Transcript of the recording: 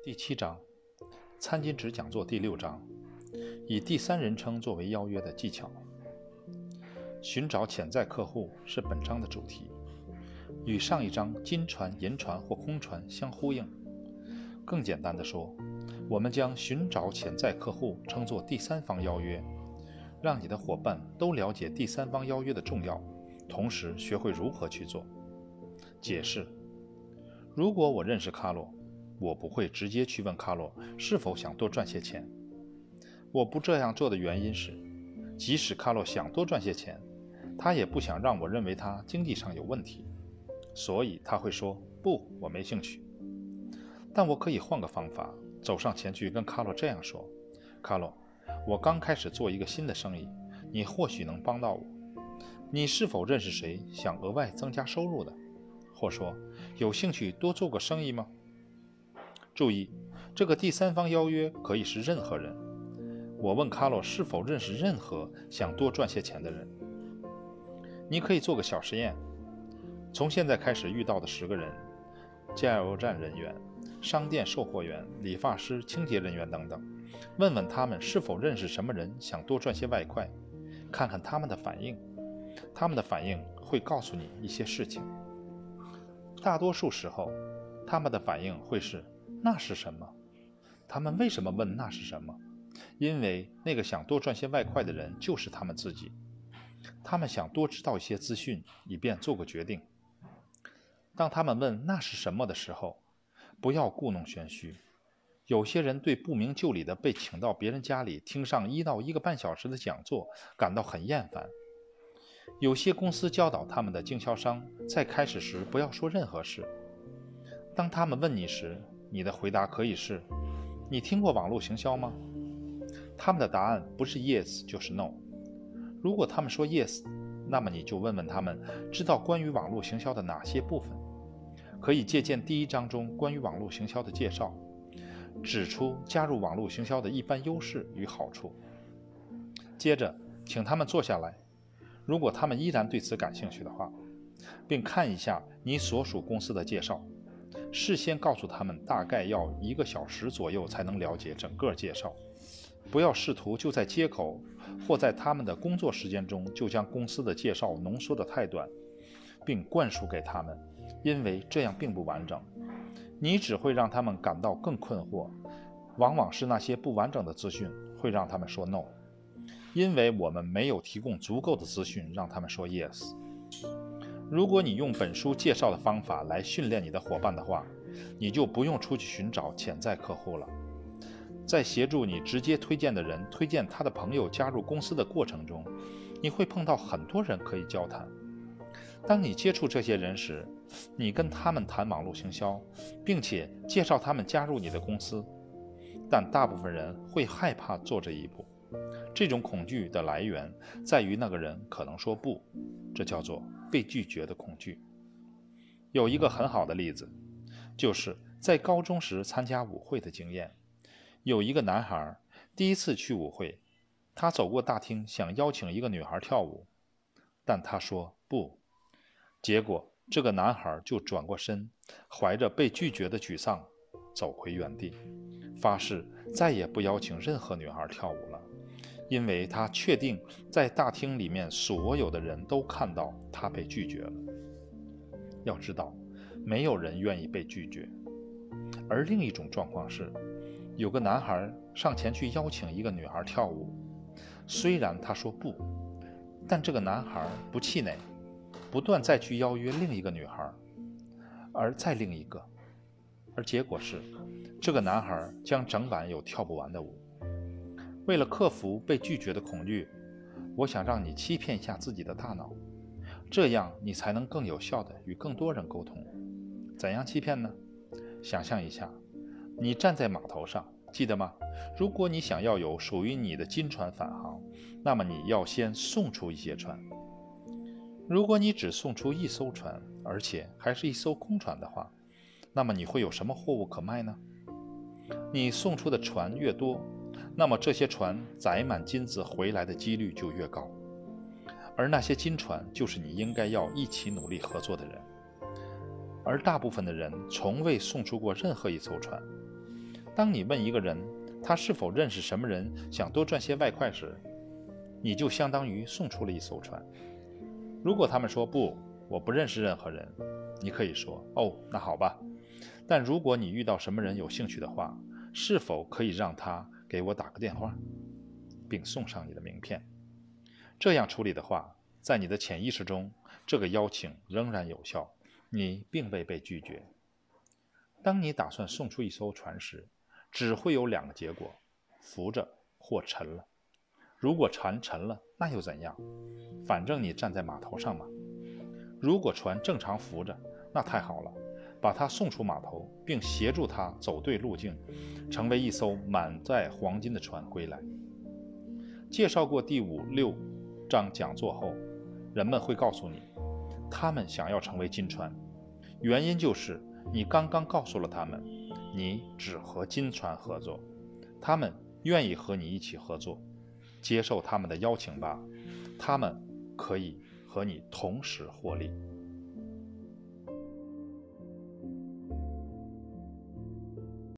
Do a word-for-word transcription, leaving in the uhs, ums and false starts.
第七章，餐巾纸讲座第六章，以第三人称作为邀约的技巧。寻找潜在客户是本章的主题，与上一章金船、银船或空船相呼应。更简单的说，我们将寻找潜在客户称作第三方邀约，让你的伙伴都了解第三方邀约的重要，同时学会如何去做。解释：如果我认识卡洛，我不会直接去问卡洛是否想多赚些钱。我不这样做的原因是，即使卡洛想多赚些钱，他也不想让我认为他经济上有问题，所以他会说不，我没兴趣。但我可以换个方法，走上前去跟卡洛这样说：卡洛，我刚开始做一个新的生意，你或许能帮到我。你是否认识谁想额外增加收入的？或说有兴趣多做个生意吗？注意，这个第三方邀约可以是任何人。我问卡洛是否认识任何想多赚些钱的人。你可以做个小实验，从现在开始遇到的十个人，加油站人员、商店售货员、理发师、清洁人员等等，问问他们是否认识什么人想多赚些外快，看看他们的反应。他们的反应会告诉你一些事情。大多数时候，他们的反应会是那是什么？他们为什么问那是什么？因为那个想多赚些外快的人就是他们自己。他们想多知道一些资讯，以便做个决定。当他们问那是什么的时候，不要故弄玄虚。有些人对不明就里的被请到别人家里听上一到一个半小时的讲座感到很厌烦。有些公司教导他们的经销商在开始时不要说任何事。当他们问你时，你的回答可以是：你听过网络行销吗？他们的答案不是 yes 就是 no。如果他们说 yes， 那么你就问问他们知道关于网络行销的哪些部分。可以借鉴第一章中关于网络行销的介绍，指出加入网络行销的一般优势与好处。接着，请他们坐下来，如果他们依然对此感兴趣的话，并看一下你所属公司的介绍。事先告诉他们大概要一个小时左右才能了解整个介绍，不要试图就在街口或在他们的工作时间中就将公司的介绍浓缩得太短，并灌输给他们，因为这样并不完整。你只会让他们感到更困惑，往往是那些不完整的资讯会让他们说 no， 因为我们没有提供足够的资讯让他们说 yes。如果你用本书介绍的方法来训练你的伙伴的话，你就不用出去寻找潜在客户了。在协助你直接推荐的人推荐他的朋友加入公司的过程中，你会碰到很多人可以交谈。当你接触这些人时，你跟他们谈网络行销，并且介绍他们加入你的公司，但大部分人会害怕做这一步。这种恐惧的来源在于那个人可能说不，这叫做被拒绝的恐惧。有一个很好的例子，就是在高中时参加舞会的经验。有一个男孩第一次去舞会，他走过大厅想邀请一个女孩跳舞，但他说不。结果这个男孩就转过身，怀着被拒绝的沮丧走回原地，发誓再也不邀请任何女孩跳舞了，因为他确定在大厅里面所有的人都看到他被拒绝了。要知道，没有人愿意被拒绝。而另一种状况是，有个男孩上前去邀请一个女孩跳舞，虽然他说不，但这个男孩不气馁，不断再去邀约另一个女孩，而再另一个，而结果是，这个男孩将整晚有跳不完的舞。为了克服被拒绝的恐惧，我想让你欺骗一下自己的大脑，这样你才能更有效地与更多人沟通。怎样欺骗呢？想象一下，你站在码头上，记得吗？如果你想要有属于你的金船返航，那么你要先送出一些船。如果你只送出一艘船，而且还是一艘空船的话，那么你会有什么货物可卖呢？你送出的船越多，那么这些船载满金子回来的几率就越高，而那些金船就是你应该要一起努力合作的人。而大部分的人从未送出过任何一艘船， 当你问一个人他是否认识什么人想多赚些外快时，你就相当于送出了一艘船。如果他们说不，我不认识任何人，你可以说哦，那好吧。但如果你遇到什么人有兴趣的话，是否可以让他给我打个电话，并送上你的名片？这样处理的话，在你的潜意识中，这个邀请仍然有效，你并未被拒绝。当你打算送出一艘船时，只会有两个结果：浮着或沉了。如果船沉了，那又怎样？反正你站在码头上嘛。如果船正常浮着，那太好了，把它送出码头，并协助它走对路径，成为一艘满载黄金的船归来。介绍过第五六章讲座后，人们会告诉你，他们想要成为金船，原因就是你刚刚告诉了他们，你只和金船合作，他们愿意和你一起合作，接受他们的邀请吧，他们可以和你同时获利。